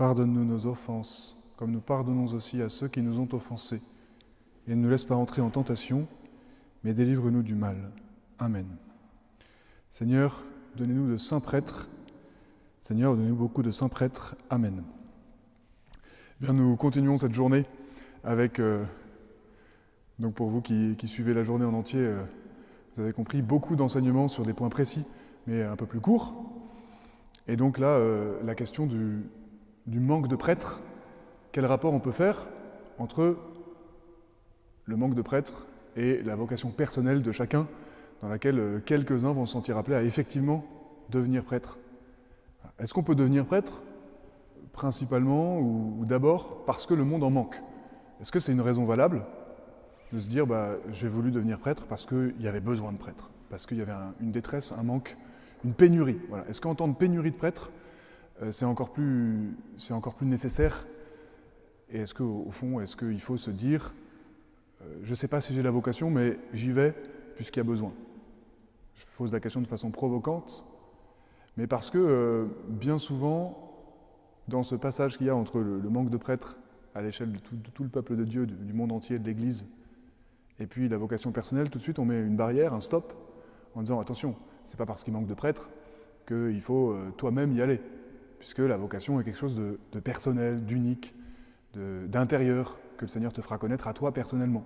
Pardonne-nous nos offenses, comme nous pardonnons aussi à ceux qui nous ont offensés. Et ne nous laisse pas entrer en tentation, mais délivre-nous du mal. Amen. Seigneur, donnez-nous de saints prêtres. Seigneur, donnez-nous beaucoup de saints prêtres. Amen. Bien, nous continuons cette journée avec, donc pour vous qui suivez la journée en entier, vous avez compris, beaucoup d'enseignements sur des points précis, mais un peu plus courts. Et donc là, la question du manque de prêtres, quel rapport on peut faire entre le manque de prêtres et la vocation personnelle de chacun, dans laquelle quelques-uns vont se sentir appelés à effectivement devenir prêtres. Est-ce qu'on peut devenir prêtre principalement ou d'abord parce que le monde en manque? Est-ce que c'est une raison valable de se dire j'ai voulu devenir prêtre parce qu'il y avait besoin de prêtres, parce qu'il y avait une détresse, un manque, une pénurie. Voilà. Est-ce qu'en temps de pénurie de prêtres, c'est encore plus nécessaire? Et est-ce qu'au fond, est-ce qu'il faut se dire je ne sais pas si j'ai la vocation, mais j'y vais puisqu'il y a besoin? Je pose la question de façon provocante, mais parce que bien souvent, dans ce passage qu'il y a entre le manque de prêtres à l'échelle de tout le peuple de Dieu, du monde entier, de l'Église, et puis la vocation personnelle, tout de suite on met une barrière, un stop, en disant attention, c'est pas parce qu'il manque de prêtres qu'il faut toi-même y aller, puisque la vocation est quelque chose de personnel, d'unique, d'intérieur, que le Seigneur te fera connaître à toi personnellement.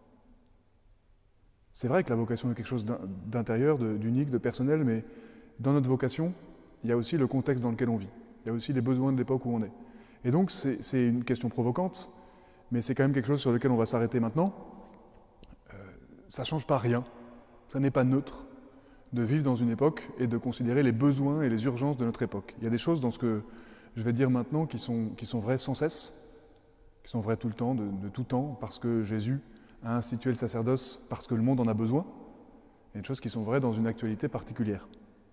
C'est vrai que la vocation est quelque chose d'intérieur, d'unique, de personnel, mais dans notre vocation, il y a aussi le contexte dans lequel on vit. Il y a aussi les besoins de l'époque où on est. Et donc, c'est une question provocante, mais c'est quand même quelque chose sur lequel on va s'arrêter maintenant. Ça ne change pas rien, ça n'est pas neutre de vivre dans une époque et de considérer les besoins et les urgences de notre époque. Il y a des choses dans ce que je vais dire maintenant qui sont vraies sans cesse, qui sont vraies tout le temps, de tout temps, parce que Jésus a institué le sacerdoce, parce que le monde en a besoin. Il y a des choses qui sont vraies dans une actualité particulière.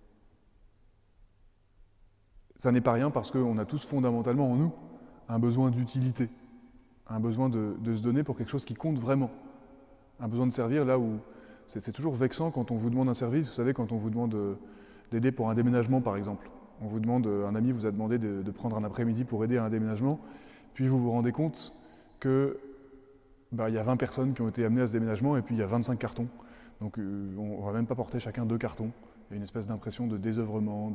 Ça n'est pas rien parce qu'on a tous fondamentalement en nous un besoin d'utilité, un besoin de se donner pour quelque chose qui compte vraiment, un besoin de servir là où c'est toujours vexant quand on vous demande un service. Vous savez, quand on vous demande d'aider pour un déménagement par exemple, on vous demande, un ami vous a demandé de prendre un après-midi pour aider à un déménagement, puis vous vous rendez compte que il y a 20 personnes qui ont été amenées à ce déménagement et puis il y a 25 cartons, donc on ne va même pas porter chacun 2 cartons. Il y a une espèce d'impression de désœuvrement,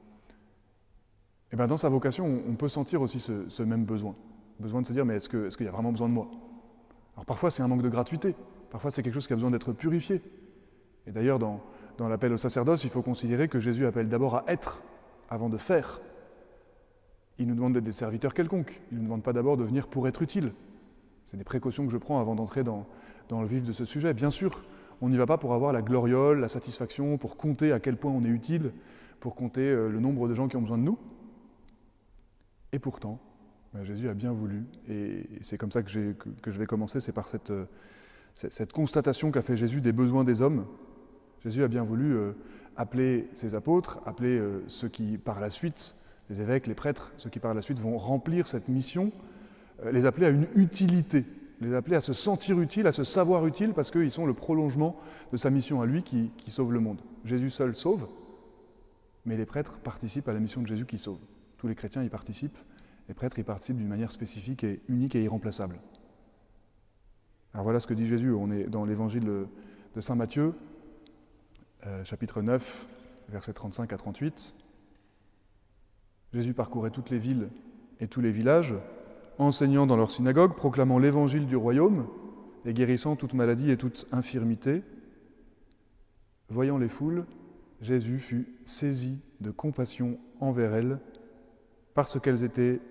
Et dans sa vocation, on peut sentir aussi ce même besoin de se dire, mais est-ce qu'il y a vraiment besoin de moi? Alors parfois c'est un manque de gratuité, parfois c'est quelque chose qui a besoin d'être purifié. Et d'ailleurs dans l'appel au sacerdoce, il faut considérer que Jésus appelle d'abord à être, avant de faire. Il nous demande d'être des serviteurs quelconques, il ne nous demande pas d'abord de venir pour être utile. C'est des précautions que je prends avant d'entrer dans le vif de ce sujet. Bien sûr, on n'y va pas pour avoir la gloriole, la satisfaction, pour compter à quel point on est utile, pour compter le nombre de gens qui ont besoin de nous. Et pourtant, Jésus a bien voulu, et c'est comme ça que je vais commencer, c'est par cette constatation qu'a fait Jésus des besoins des hommes. Jésus a bien voulu appeler ses apôtres, appeler ceux qui par la suite, les évêques, les prêtres, ceux qui par la suite vont remplir cette mission, les appeler à une utilité, les appeler à se sentir utile, à se savoir utile, parce qu'ils sont le prolongement de sa mission à lui qui sauve le monde. Jésus seul sauve, mais les prêtres participent à la mission de Jésus qui sauve. Tous les chrétiens y participent, les prêtres y participent d'une manière spécifique et unique et irremplaçable. Alors voilà ce que dit Jésus, on est dans l'évangile de saint Matthieu, chapitre 9, versets 35 à 38. Jésus parcourait toutes les villes et tous les villages, enseignant dans leurs synagogues, proclamant l'évangile du royaume et guérissant toute maladie et toute infirmité. Voyant les foules, Jésus fut saisi de compassion envers elles, parce qu'elles étaient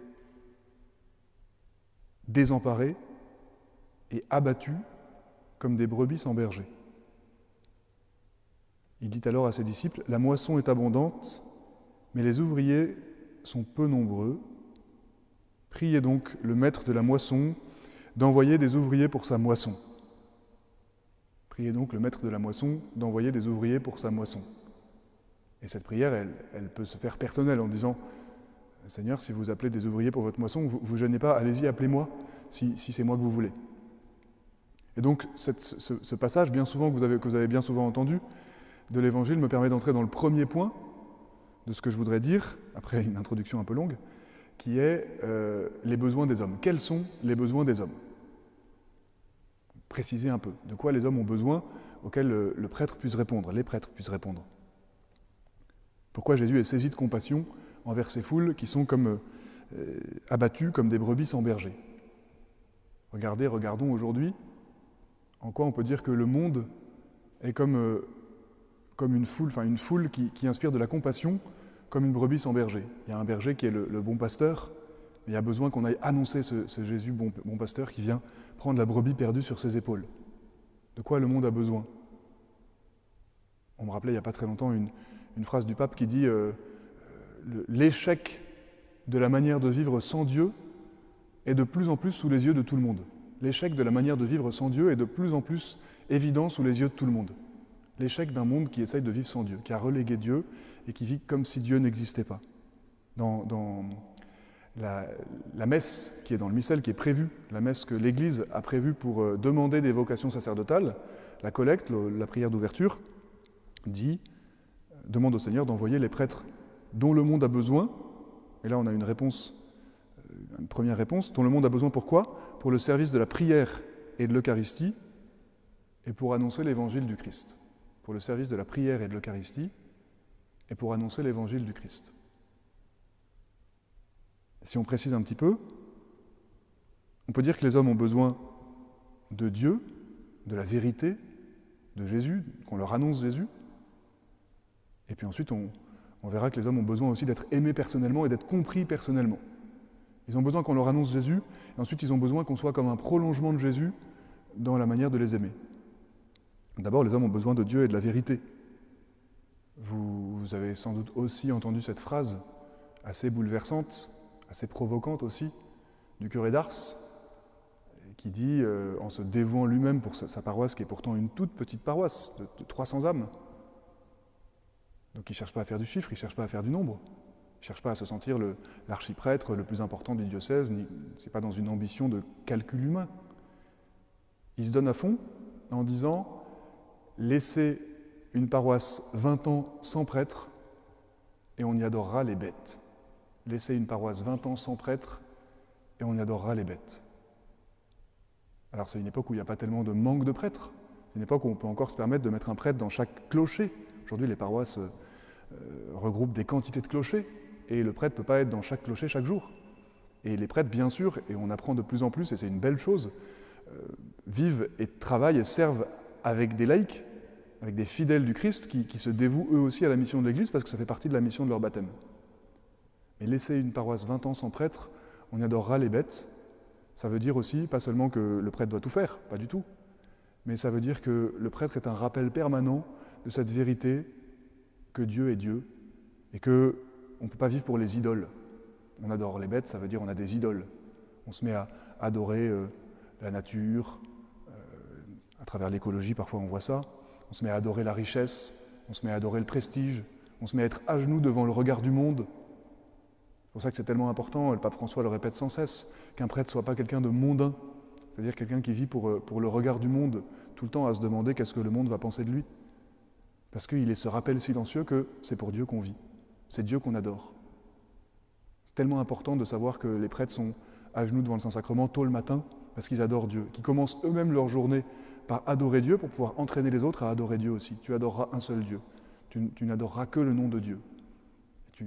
désemparées et abattues comme des brebis sans berger. Il dit alors à ses disciples, « La moisson est abondante, mais les ouvriers sont peu nombreux. Priez donc le maître de la moisson d'envoyer des ouvriers pour sa moisson. » Priez donc le maître de la moisson d'envoyer des ouvriers pour sa moisson. Et cette prière, elle peut se faire personnelle en disant « Seigneur, si vous appelez des ouvriers pour votre moisson, vous ne gênez pas, allez-y, appelez-moi, si c'est moi que vous voulez. » Et donc, ce passage, bien souvent, que vous avez bien souvent entendu, de l'Évangile, me permet d'entrer dans le premier point de ce que je voudrais dire, après une introduction un peu longue, qui est les besoins des hommes. Quels sont les besoins des hommes? Préciser un peu, de quoi les hommes ont besoin auxquels le prêtre puisse répondre, les prêtres puissent répondre. Pourquoi Jésus est saisi de compassion envers ces foules qui sont comme abattues comme des brebis sans berger? Regardons aujourd'hui en quoi on peut dire que le monde est comme une foule qui inspire de la compassion comme une brebis sans berger. Il y a un berger qui est le bon pasteur, mais il y a besoin qu'on aille annoncer ce Jésus bon pasteur qui vient prendre la brebis perdue sur ses épaules. De quoi le monde a besoin? On me rappelait il n'y a pas très longtemps une phrase du pape qui dit l'échec de la manière de vivre sans Dieu est de plus en plus sous les yeux de tout le monde. L'échec de la manière de vivre sans Dieu est de plus en plus évident sous les yeux de tout le monde. L'échec d'un monde qui essaye de vivre sans Dieu, qui a relégué Dieu et qui vit comme si Dieu n'existait pas. Dans la messe qui est dans le missel, qui est prévue, la messe que l'Église a prévue pour demander des vocations sacerdotales, la collecte, la prière d'ouverture, demande au Seigneur d'envoyer les prêtres dont le monde a besoin. Et là, on a une première réponse. Dont le monde a besoin pourquoi? Pour le service de la prière et de l'Eucharistie et pour annoncer l'évangile du Christ. Pour le service de la prière et de l'Eucharistie et pour annoncer l'évangile du Christ. Si on précise un petit peu, on peut dire que les hommes ont besoin de Dieu, de la vérité, de Jésus, qu'on leur annonce Jésus. Et puis ensuite, on verra que les hommes ont besoin aussi d'être aimés personnellement et d'être compris personnellement. Ils ont besoin qu'on leur annonce Jésus, et ensuite ils ont besoin qu'on soit comme un prolongement de Jésus dans la manière de les aimer. D'abord, les hommes ont besoin de Dieu et de la vérité. Vous avez sans doute aussi entendu cette phrase assez bouleversante, assez provocante aussi, du curé d'Ars, qui dit, en se dévouant lui-même pour sa paroisse, qui est pourtant une toute petite paroisse de 300 âmes, donc il ne cherche pas à faire du chiffre, il ne cherche pas à faire du nombre, il ne cherche pas à se sentir l'archiprêtre le plus important du diocèse, ce n'est pas dans une ambition de calcul humain. Il se donne à fond en disant « Laissez une paroisse 20 ans sans prêtre et on y adorera les bêtes. Laissez une paroisse 20 ans sans prêtre et on y adorera les bêtes. » Alors c'est une époque où il n'y a pas tellement de manque de prêtres. C'est une époque où on peut encore se permettre de mettre un prêtre dans chaque clocher. Aujourd'hui, les paroisses regroupent des quantités de clochers et le prêtre ne peut pas être dans chaque clocher chaque jour. Et les prêtres, bien sûr, et on apprend de plus en plus, et c'est une belle chose, vivent et travaillent et servent avec des laïcs, avec des fidèles du Christ qui se dévouent eux aussi à la mission de l'Église parce que ça fait partie de la mission de leur baptême. Mais laisser une paroisse 20 ans sans prêtre, on y adorera les bêtes. Ça veut dire aussi, pas seulement que le prêtre doit tout faire, pas du tout, mais ça veut dire que le prêtre est un rappel permanent de cette vérité que Dieu est Dieu et qu'on ne peut pas vivre pour les idoles. On adore les bêtes, ça veut dire on a des idoles. On se met à adorer la nature, à travers l'écologie, parfois on voit ça. On se met à adorer la richesse, on se met à adorer le prestige, on se met à être à genoux devant le regard du monde. C'est pour ça que c'est tellement important, le pape François le répète sans cesse, qu'un prêtre ne soit pas quelqu'un de mondain, c'est-à-dire quelqu'un qui vit pour le regard du monde, tout le temps à se demander qu'est-ce que le monde va penser de lui. Parce qu'il est ce rappel silencieux que c'est pour Dieu qu'on vit, c'est Dieu qu'on adore. C'est tellement important de savoir que les prêtres sont à genoux devant le Saint-Sacrement tôt le matin, parce qu'ils adorent Dieu, qu'ils commencent eux-mêmes leur journée par adorer Dieu pour pouvoir entraîner les autres à adorer Dieu aussi. Tu adoreras un seul Dieu, tu n'adoreras que le nom de Dieu. Tu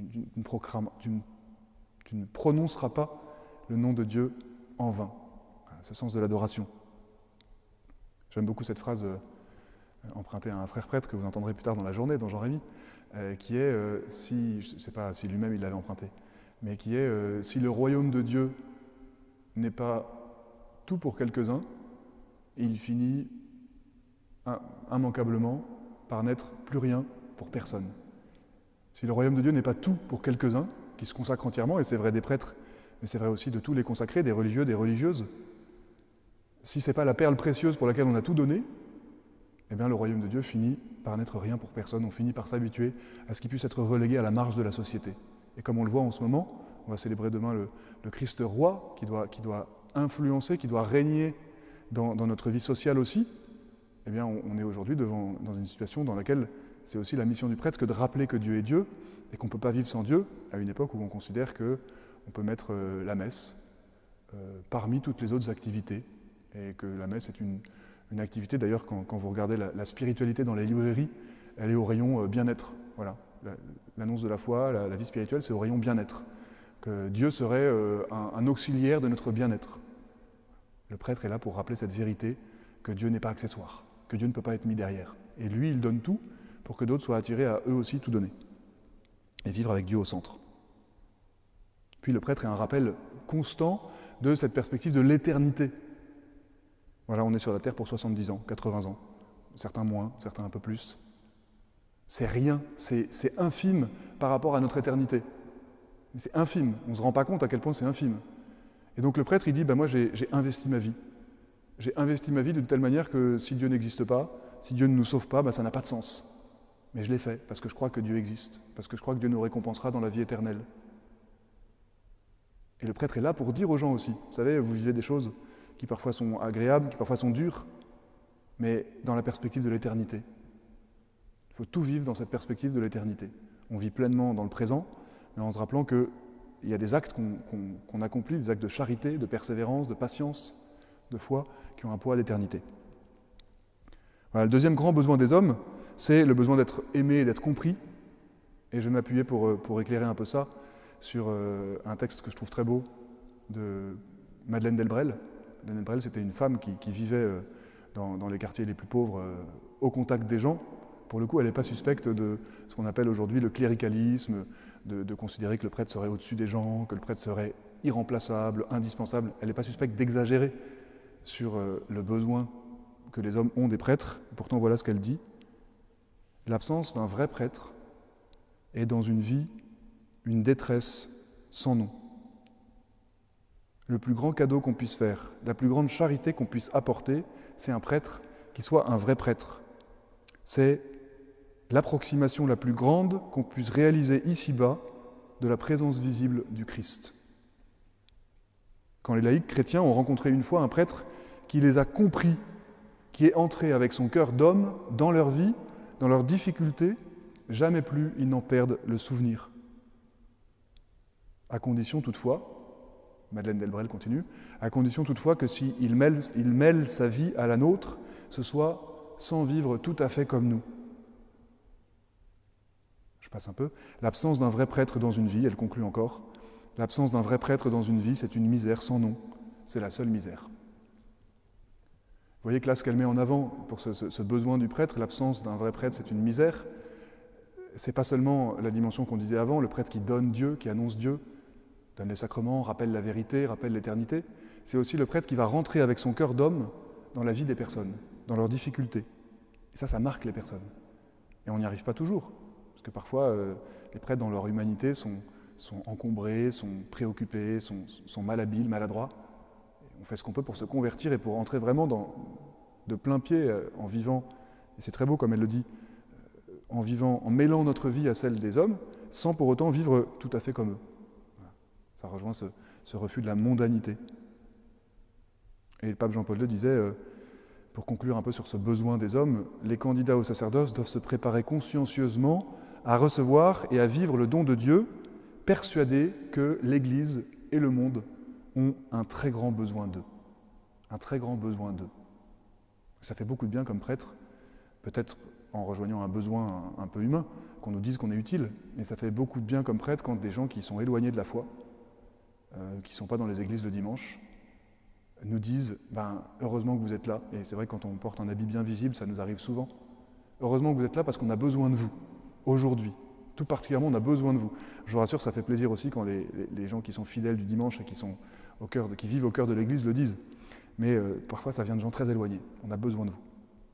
ne prononceras pas le nom de Dieu en vain. C'est ce sens de l'adoration. J'aime beaucoup cette phrase empruntée à un frère prêtre que vous entendrez plus tard dans la journée, dans Jean-Rémy, qui est, je ne sais pas si lui-même il l'avait emprunté, mais qui est si le royaume de Dieu n'est pas tout pour quelques-uns, il finit immanquablement par n'être plus rien pour personne. Si le royaume de Dieu n'est pas tout pour quelques-uns, qui se consacrent entièrement, et c'est vrai des prêtres, mais c'est vrai aussi de tous les consacrés, des religieux, des religieuses, si ce n'est pas la perle précieuse pour laquelle on a tout donné, eh bien le royaume de Dieu finit par n'être rien pour personne, on finit par s'habituer à ce qu'il puisse être relégué à la marge de la société. Et comme on le voit en ce moment, on va célébrer demain le Christ roi, qui doit influencer, qui doit régner dans notre vie sociale aussi, eh bien on est aujourd'hui dans une situation dans laquelle c'est aussi la mission du prêtre que de rappeler que Dieu est Dieu et qu'on ne peut pas vivre sans Dieu, à une époque où on considère que on peut mettre la messe parmi toutes les autres activités, et que la messe est une activité, d'ailleurs quand vous regardez la spiritualité dans les librairies, elle est au rayon bien-être. Voilà. L'annonce de la foi, la vie spirituelle, c'est au rayon bien-être. Que Dieu serait un auxiliaire de notre bien-être. Le prêtre est là pour rappeler cette vérité, que Dieu n'est pas accessoire, que Dieu ne peut pas être mis derrière. Et lui, il donne tout pour que d'autres soient attirés à eux aussi tout donner. Et vivre avec Dieu au centre. Puis le prêtre est un rappel constant de cette perspective de l'éternité. Voilà, on est sur la terre pour 70 ans, 80 ans. Certains moins, certains un peu plus. C'est rien, c'est infime par rapport à notre éternité. C'est infime, on ne se rend pas compte à quel point c'est infime. Et donc le prêtre, il dit, moi j'ai investi ma vie. J'ai investi ma vie d'une telle manière que si Dieu n'existe pas, si Dieu ne nous sauve pas, ça n'a pas de sens. Mais je l'ai fait, parce que je crois que Dieu existe, parce que je crois que Dieu nous récompensera dans la vie éternelle. Et le prêtre est là pour dire aux gens aussi, vous savez, vous vivez des choses qui parfois sont agréables, qui parfois sont dures, mais dans la perspective de l'éternité. Il faut tout vivre dans cette perspective de l'éternité. On vit pleinement dans le présent, mais en se rappelant qu'il y a des actes qu'on accomplit, des actes de charité, de persévérance, de patience, de foi, qui ont un poids d'éternité. Voilà, le deuxième grand besoin des hommes, c'est le besoin d'être aimé et d'être compris. Et je vais m'appuyer pour éclairer un peu ça sur un texte que je trouve très beau de Madeleine Delbrel. Madeleine Delbrel, c'était une femme qui vivait dans les quartiers les plus pauvres, au contact des gens. Pour le coup, elle n'est pas suspecte de ce qu'on appelle aujourd'hui le cléricalisme, de considérer que le prêtre serait au-dessus des gens, que le prêtre serait irremplaçable, indispensable. Elle n'est pas suspecte d'exagérer sur le besoin que les hommes ont des prêtres. Pourtant, voilà ce qu'elle dit. L'absence d'un vrai prêtre est dans une vie une détresse sans nom. Le plus grand cadeau qu'on puisse faire, la plus grande charité qu'on puisse apporter, c'est un prêtre qui soit un vrai prêtre. C'est l'approximation la plus grande qu'on puisse réaliser ici-bas de la présence visible du Christ. Quand les laïcs chrétiens ont rencontré une fois un prêtre qui les a compris, qui est entré avec son cœur d'homme dans leur vie, dans leurs difficultés, jamais plus ils n'en perdent le souvenir. À condition toutefois, Madeleine Delbrel continue, à condition toutefois que s'il mêle sa vie à la nôtre, ce soit sans vivre tout à fait comme nous. Je passe un peu. L'absence d'un vrai prêtre dans une vie, elle conclut encore, l'absence d'un vrai prêtre dans une vie, c'est une misère sans nom. C'est la seule misère. Vous voyez que là, ce qu'elle met en avant pour ce besoin du prêtre, l'absence d'un vrai prêtre, c'est une misère. C'est pas seulement la dimension qu'on disait avant, le prêtre qui donne Dieu, qui annonce Dieu, donne les sacrements, rappelle la vérité, rappelle l'éternité. C'est aussi le prêtre qui va rentrer avec son cœur d'homme dans la vie des personnes, dans leurs difficultés. Et ça marque les personnes. Et on n'y arrive pas toujours. Parce que parfois, les prêtres, dans leur humanité, sont encombrés, sont préoccupés, sont malhabiles, maladroits. Et on fait ce qu'on peut pour se convertir et pour entrer vraiment de plein pied en vivant, et c'est très beau comme elle le dit, en vivant, en mêlant notre vie à celle des hommes, sans pour autant vivre tout à fait comme eux. Voilà. Ça rejoint ce refus de la mondanité. Et le pape Jean-Paul II disait, pour conclure un peu sur ce besoin des hommes, les candidats au sacerdoce doivent se préparer consciencieusement à recevoir et à vivre le don de Dieu, persuadés que l'Église et le monde ont un très grand besoin d'eux. Un très grand besoin d'eux. Ça fait beaucoup de bien comme prêtre, peut-être en rejoignant un besoin un peu humain, qu'on nous dise qu'on est utile. Et ça fait beaucoup de bien comme prêtre quand des gens qui sont éloignés de la foi, qui ne sont pas dans les églises le dimanche, nous disent heureusement que vous êtes là. Et c'est vrai que quand on porte un habit bien visible, ça nous arrive souvent. Heureusement que vous êtes là parce qu'on a besoin de vous, aujourd'hui. Tout particulièrement, on a besoin de vous. Je vous rassure, ça fait plaisir aussi quand les gens qui sont fidèles du dimanche et qui vivent au cœur de l'église le disent. Mais parfois, ça vient de gens très éloignés. On a besoin de vous.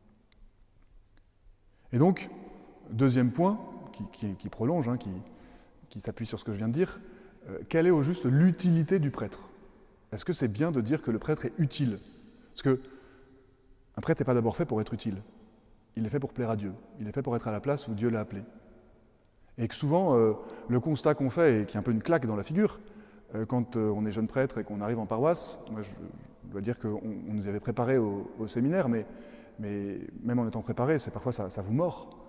Et donc, deuxième point, qui prolonge, qui s'appuie sur ce que je viens de dire, quelle est au juste l'utilité du prêtre ? Est-ce que c'est bien de dire que le prêtre est utile ? Parce qu'un prêtre n'est pas d'abord fait pour être utile. Il est fait pour plaire à Dieu. Il est fait pour être à la place où Dieu l'a appelé. Et que souvent, le constat qu'on fait, et qui est un peu une claque dans la figure, quand on est jeune prêtre et qu'on arrive en paroisse, moi je dois dire qu'on nous avait préparés au séminaire, mais même en étant préparé, parfois ça vous mord,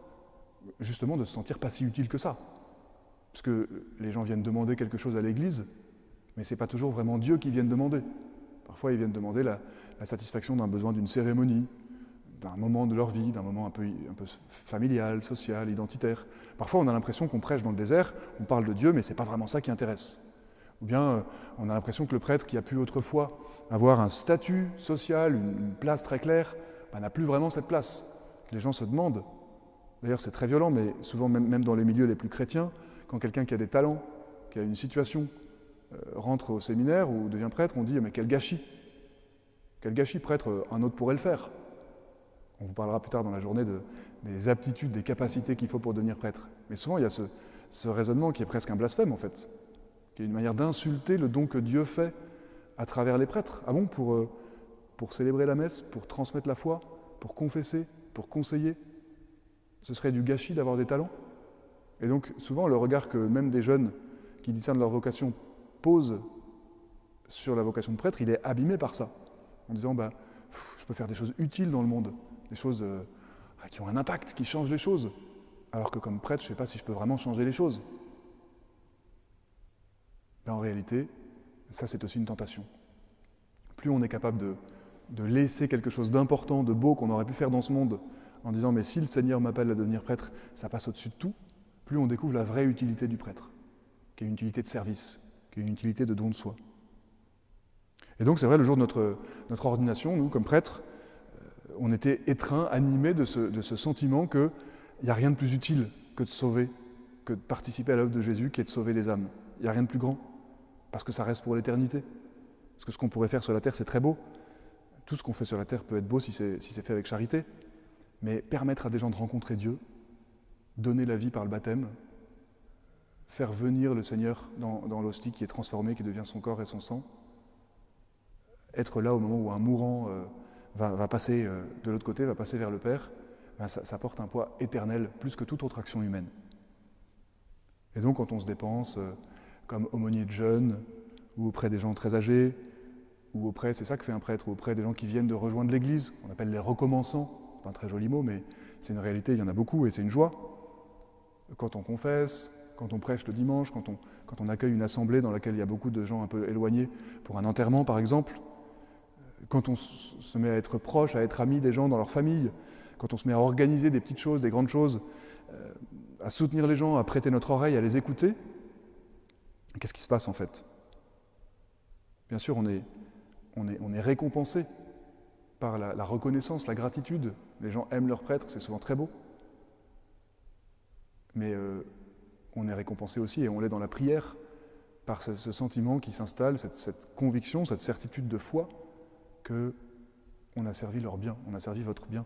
justement de se sentir pas si utile que ça. Parce que les gens viennent demander quelque chose à l'église, Mais ce n'est pas toujours vraiment Dieu qui viennent demander. Parfois, ils viennent demander la satisfaction d'un besoin d'une cérémonie, d'un moment de leur vie, d'un moment un peu familial, social, identitaire. Parfois, on a l'impression qu'on prêche dans le désert, on parle de Dieu, mais ce n'est pas vraiment ça qui intéresse. Ou bien, on a l'impression que le prêtre qui a pu autrefois avoir un statut social, une place très claire, n'a plus vraiment cette place. Les gens se demandent, d'ailleurs c'est très violent, mais souvent même dans les milieux les plus chrétiens, quand quelqu'un qui a des talents, qui a une situation, rentre au séminaire ou devient prêtre, on dit « mais quel gâchis ! Quel gâchis, prêtre, un autre pourrait le faire !» On vous parlera plus tard dans la journée des aptitudes, des capacités qu'il faut pour devenir prêtre. Mais souvent, il y a ce raisonnement qui est presque un blasphème, en fait, qui est une manière d'insulter le don que Dieu fait à travers les prêtres. Ah bon, pour célébrer la messe, pour transmettre la foi, pour confesser, pour conseiller, ce serait du gâchis d'avoir des talents? Et donc, souvent, le regard que même des jeunes qui discernent leur vocation posent sur la vocation de prêtre, il est abîmé par ça, en disant je peux faire des choses utiles dans le monde, des choses qui ont un impact, qui changent les choses, alors que comme prêtre, je ne sais pas si je peux vraiment changer les choses. Mais en réalité, ça c'est aussi une tentation. Plus on est capable de laisser quelque chose d'important, de beau qu'on aurait pu faire dans ce monde, en disant mais si le Seigneur m'appelle à devenir prêtre, ça passe au-dessus de tout, plus on découvre la vraie utilité du prêtre, qui est une utilité de service, qui est une utilité de don de soi. Et donc c'est vrai, le jour de notre ordination, nous, comme prêtres, on était étreints, animés de ce sentiment qu'il n'y a rien de plus utile que de sauver, que de participer à l'œuvre de Jésus, qui est de sauver les âmes. Il n'y a rien de plus grand, parce que ça reste pour l'éternité. Parce que ce qu'on pourrait faire sur la terre, c'est très beau. Tout ce qu'on fait sur la terre peut être beau si c'est fait avec charité. Mais permettre à des gens de rencontrer Dieu, donner la vie par le baptême, faire venir le Seigneur dans l'hostie qui est transformée, qui devient son corps et son sang, être là au moment où un mourant va passer de l'autre côté, va passer vers le Père, ça porte un poids éternel, plus que toute autre action humaine. Et donc quand on se dépense comme aumônier de jeunes, ou auprès des gens très âgés, ou auprès, c'est ça que fait un prêtre, ou auprès des gens qui viennent de rejoindre l'Église, on appelle les recommençants, pas un très joli mot, mais c'est une réalité, il y en a beaucoup et c'est une joie. Quand on confesse, quand on prêche le dimanche, quand on accueille une assemblée dans laquelle il y a beaucoup de gens un peu éloignés, pour un enterrement par exemple, quand on se met à être proche, à être ami des gens dans leur famille, quand on se met à organiser des petites choses, des grandes choses, à soutenir les gens, à prêter notre oreille, à les écouter, qu'est-ce qui se passe en fait? Bien sûr, on est récompensé par la reconnaissance, la gratitude. Les gens aiment leurs prêtres, c'est souvent très beau. Mais on est récompensé aussi, et on l'est dans la prière, par ce sentiment qui s'installe, cette conviction, cette certitude de foi qu'on a servi leur bien, on a servi votre bien.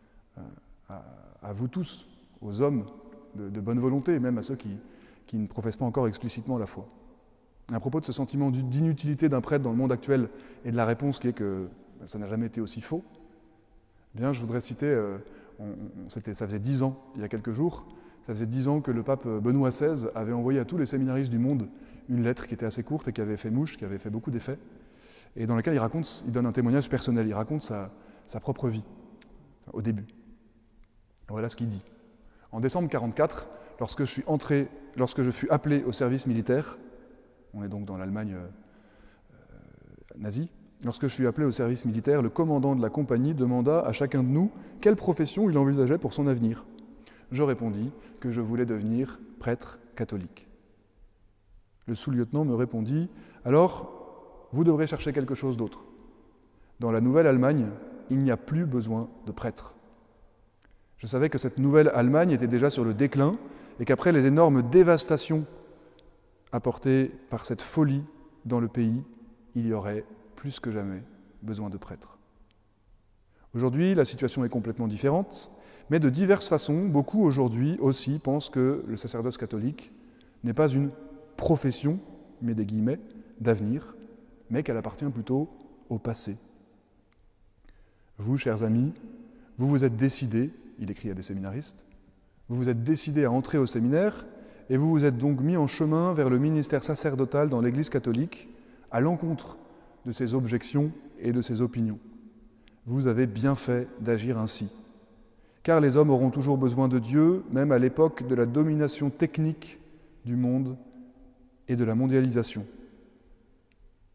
À vous tous, aux hommes de bonne volonté, même à ceux qui ne professent pas encore explicitement la foi. À propos de ce sentiment d'inutilité d'un prêtre dans le monde actuel et de la réponse qui est que ça n'a jamais été aussi faux, eh bien, je voudrais citer, ça faisait 10 ans, il y a quelques jours, ça faisait 10 ans que le pape Benoît XVI avait envoyé à tous les séminaristes du monde une lettre qui était assez courte et qui avait fait mouche, qui avait fait beaucoup d'effet, et dans laquelle il donne un témoignage personnel, il raconte sa propre vie, au début. Voilà ce qu'il dit. En décembre 1944, lorsque je fus appelé au service militaire, on est donc dans l'Allemagne nazie, lorsque je fus appelé au service militaire, le commandant de la compagnie demanda à chacun de nous quelle profession il envisageait pour son avenir. Je répondis que je voulais devenir prêtre catholique. Le sous-lieutenant me répondit « Alors, vous devrez chercher quelque chose d'autre. Dans la nouvelle Allemagne, il n'y a plus besoin de prêtres. » Je savais que cette nouvelle Allemagne était déjà sur le déclin et qu'après les énormes dévastations apportées par cette folie dans le pays, il y aurait plus que jamais besoin de prêtres. Aujourd'hui, la situation est complètement différente, mais de diverses façons, beaucoup aujourd'hui aussi pensent que le sacerdoce catholique n'est pas une profession, mais des guillemets, d'avenir, mais qu'elle appartient plutôt au passé. Vous, chers amis, vous vous êtes décidés, il écrit à des séminaristes, vous vous êtes décidés à entrer au séminaire et vous vous êtes donc mis en chemin vers le ministère sacerdotal dans l'Église catholique à l'encontre de ses objections et de ses opinions. Vous avez bien fait d'agir ainsi, car les hommes auront toujours besoin de Dieu, même à l'époque de la domination technique du monde et de la mondialisation.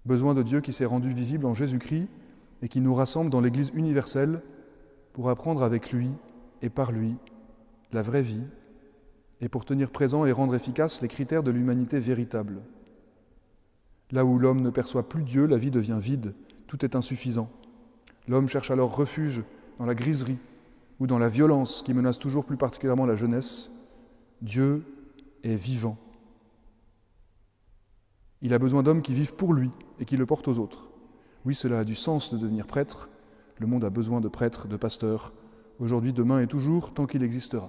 besoin de Dieu qui s'est rendu visible en Jésus-Christ et qui nous rassemble dans l'Église universelle pour apprendre avec lui et par lui la vraie vie et pour tenir présents et rendre efficaces les critères de l'humanité véritable. Là où l'homme ne perçoit plus Dieu, la vie devient vide, tout est insuffisant. L'homme cherche alors refuge dans la griserie ou dans la violence qui menace toujours plus particulièrement la jeunesse. Dieu est vivant. Il a besoin d'hommes qui vivent pour lui et qui le portent aux autres. Oui, cela a du sens de devenir prêtre. Le monde a besoin de prêtres, de pasteurs, aujourd'hui, demain et toujours, tant qu'il existera.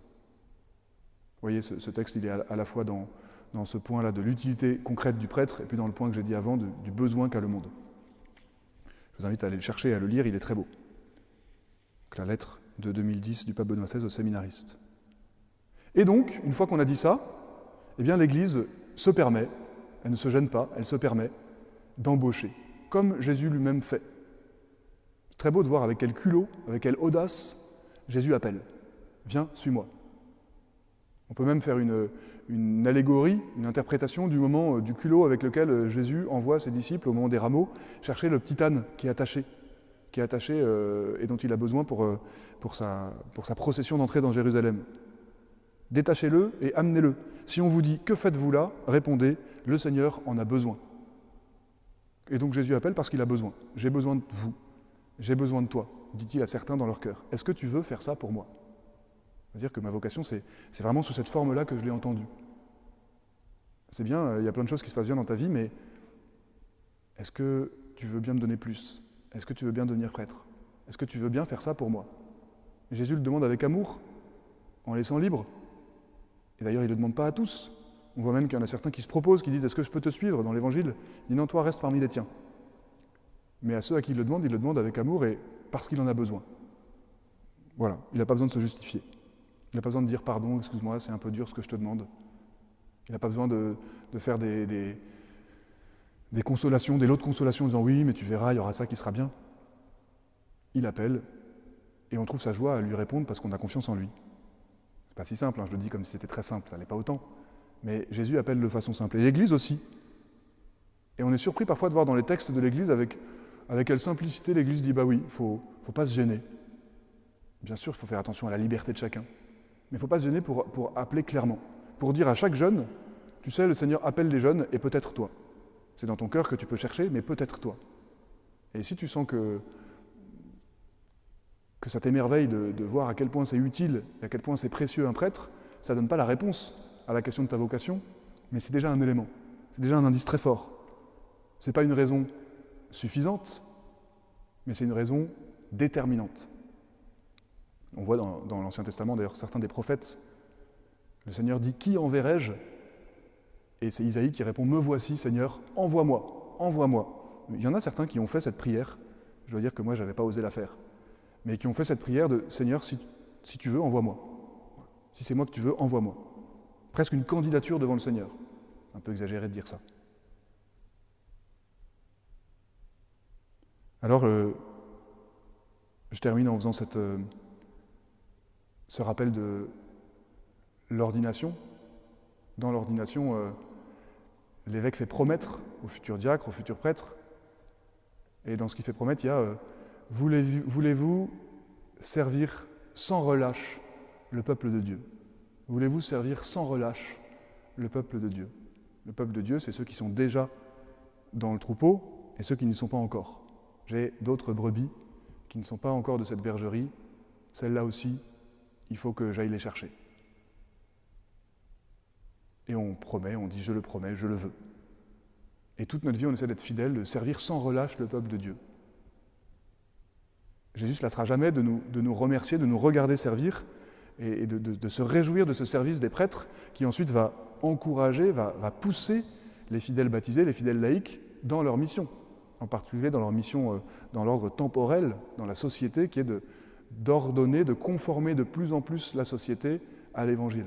Vous voyez, ce texte, il est à la fois dans ce point-là de l'utilité concrète du prêtre et puis dans le point que j'ai dit avant du besoin qu'a le monde. Je vous invite à aller le chercher et à le lire, il est très beau. Donc, la lettre de 2010 du pape Benoît XVI aux séminaristes. Et donc, une fois qu'on a dit ça, eh bien l'Église se permet, elle ne se gêne pas, elle se permet d'embaucher, comme Jésus lui-même fait. C'est très beau de voir avec quel culot, avec quelle audace Jésus appelle. Viens, suis-moi. On peut même faire une allégorie, une interprétation du moment du culot avec lequel Jésus envoie ses disciples au moment des rameaux chercher le petit âne qui est attaché et dont il a besoin pour sa procession d'entrée dans Jérusalem. Détachez-le et amenez-le. Si on vous dit « Que faites-vous là ?» répondez « Le Seigneur en a besoin. » Et donc Jésus appelle parce qu'il a besoin. « J'ai besoin de vous. J'ai besoin de toi. » dit-il à certains dans leur cœur. « Est-ce que tu veux faire ça pour moi ?» C'est-à-dire que ma vocation, c'est vraiment sous cette forme-là que je l'ai entendue. C'est bien, il y a plein de choses qui se passent bien dans ta vie, mais est-ce que tu veux bien me donner plus ? Est-ce que tu veux bien devenir prêtre ? Est-ce que tu veux bien faire ça pour moi ? Et Jésus le demande avec amour, en laissant libre. Et d'ailleurs, il ne le demande pas à tous. On voit même qu'il y en a certains qui se proposent, qui disent « Est-ce que je peux te suivre ?» dans l'Évangile. Il dit « Non, toi, reste parmi les tiens. » Mais à ceux à qui il le demande avec amour et parce qu'il en a besoin. Voilà, il n'a pas besoin de se justifier. Il n'a pas besoin de dire « Pardon, excuse-moi, c'est un peu dur ce que je te demande. » Il n'a pas besoin de faire des consolations, des lots de consolation en disant « Oui, mais tu verras, il y aura ça qui sera bien. » Il appelle et on trouve sa joie à lui répondre parce qu'on a confiance en lui. C'est pas si simple, hein, je le dis comme si c'était très simple, ça n'allait pas autant. Mais Jésus appelle de façon simple. Et l'Église aussi. Et on est surpris parfois de voir dans les textes de l'Église avec quelle simplicité l'Église dit « Bah oui, il ne faut pas se gêner. » Bien sûr, il faut faire attention à la liberté de chacun. Mais il ne faut pas se gêner pour appeler clairement. Pour dire à chaque jeune, tu sais, le Seigneur appelle les jeunes et peut-être toi. C'est dans ton cœur que tu peux chercher, mais peut-être toi. Et si tu sens que ça t'émerveille de voir à quel point c'est utile et à quel point c'est précieux un prêtre, ça ne donne pas la réponse à la question de ta vocation, mais c'est déjà un élément, c'est déjà un indice très fort. Ce n'est pas une raison suffisante, mais c'est une raison déterminante. On voit dans l'Ancien Testament, d'ailleurs, certains des prophètes, le Seigneur dit « Qui enverrai-je » Et c'est Isaïe qui répond « Me voici, Seigneur, envoie-moi, envoie-moi. » Il y en a certains qui ont fait cette prière, je dois dire que moi, je n'avais pas osé la faire, mais qui ont fait cette prière de « Seigneur, si tu veux, envoie-moi. Si c'est moi que tu veux, envoie-moi. » Presque une candidature devant le Seigneur. Un peu exagéré de dire ça. Alors, je termine en faisant ce rappel de l'ordination. Dans l'ordination, l'évêque fait promettre au futur diacre, au futur prêtre, et dans ce qu'il fait promettre, il y a voulez-vous servir sans relâche le peuple de Dieu ? Voulez-vous servir sans relâche le peuple de Dieu ? Le peuple de Dieu, c'est ceux qui sont déjà dans le troupeau et ceux qui n'y sont pas encore. J'ai d'autres brebis qui ne sont pas encore de cette bergerie. Celles-là aussi, il faut que j'aille les chercher. Et on promet, on dit « je le promets, je le veux ». Et toute notre vie, on essaie d'être fidèle, de servir sans relâche le peuple de Dieu. Jésus ne se lassera jamais de nous remercier, de nous regarder servir et de se réjouir de ce service des prêtres qui ensuite va encourager, va pousser les fidèles baptisés, les fidèles laïcs dans leur mission, en particulier dans leur mission dans l'ordre temporel, dans la société, qui est d'ordonner, de conformer de plus en plus la société à l'Évangile.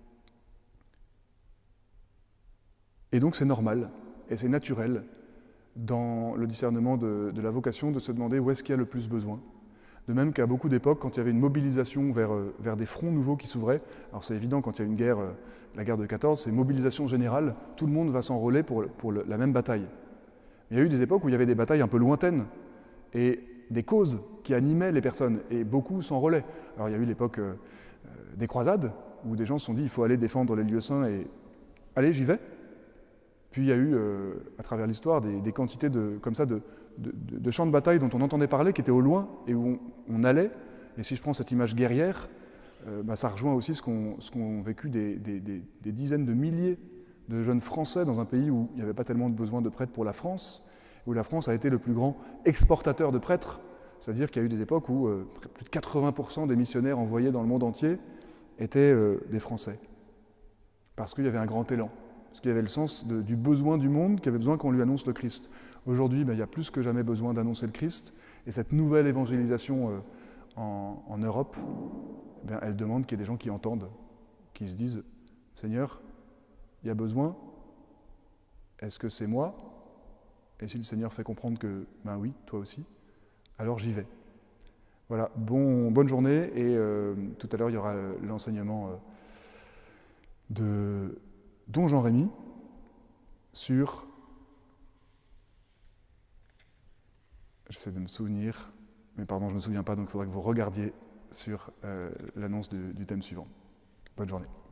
Et donc c'est normal et c'est naturel dans le discernement de la vocation de se demander où est-ce qu'il y a le plus besoin. De même qu'à beaucoup d'époques, quand il y avait une mobilisation vers des fronts nouveaux qui s'ouvraient, alors c'est évident quand il y a une guerre, la guerre de 14, c'est mobilisation générale, tout le monde va s'enrôler pour la même bataille. Il y a eu des époques où il y avait des batailles un peu lointaines et des causes qui animaient les personnes, et beaucoup s'en relaient. Alors il y a eu l'époque des croisades, où des gens se sont dit il faut aller défendre les lieux saints, et allez, j'y vais. Puis il y a eu, à travers l'histoire, des quantités comme ça de champs de bataille dont on entendait parler, qui étaient au loin, et où on allait. Et si je prends cette image guerrière, ça rejoint aussi ce qu'ont vécu des dizaines de milliers de jeunes Français dans un pays où il n'y avait pas tellement de besoin de prêtres pour la France, où la France a été le plus grand exportateur de prêtres. C'est-à-dire qu'il y a eu des époques où plus de 80% des missionnaires envoyés dans le monde entier étaient des Français. Parce qu'il y avait un grand élan, parce qu'il y avait le sens du besoin du monde, qui avait besoin qu'on lui annonce le Christ. Aujourd'hui, il y a plus que jamais besoin d'annoncer le Christ, et cette nouvelle évangélisation en Europe, elle demande qu'il y ait des gens qui entendent, qui se disent « Seigneur, il y a besoin, est-ce que c'est moi ?» Et si le Seigneur fait comprendre que « Ben oui, toi aussi », alors j'y vais. Voilà, bonne journée, et tout à l'heure il y aura l'enseignement de Don Jean-Rémy sur... J'essaie de me souvenir, mais pardon, je ne me souviens pas, donc il faudra que vous regardiez sur l'annonce du thème suivant. Bonne journée.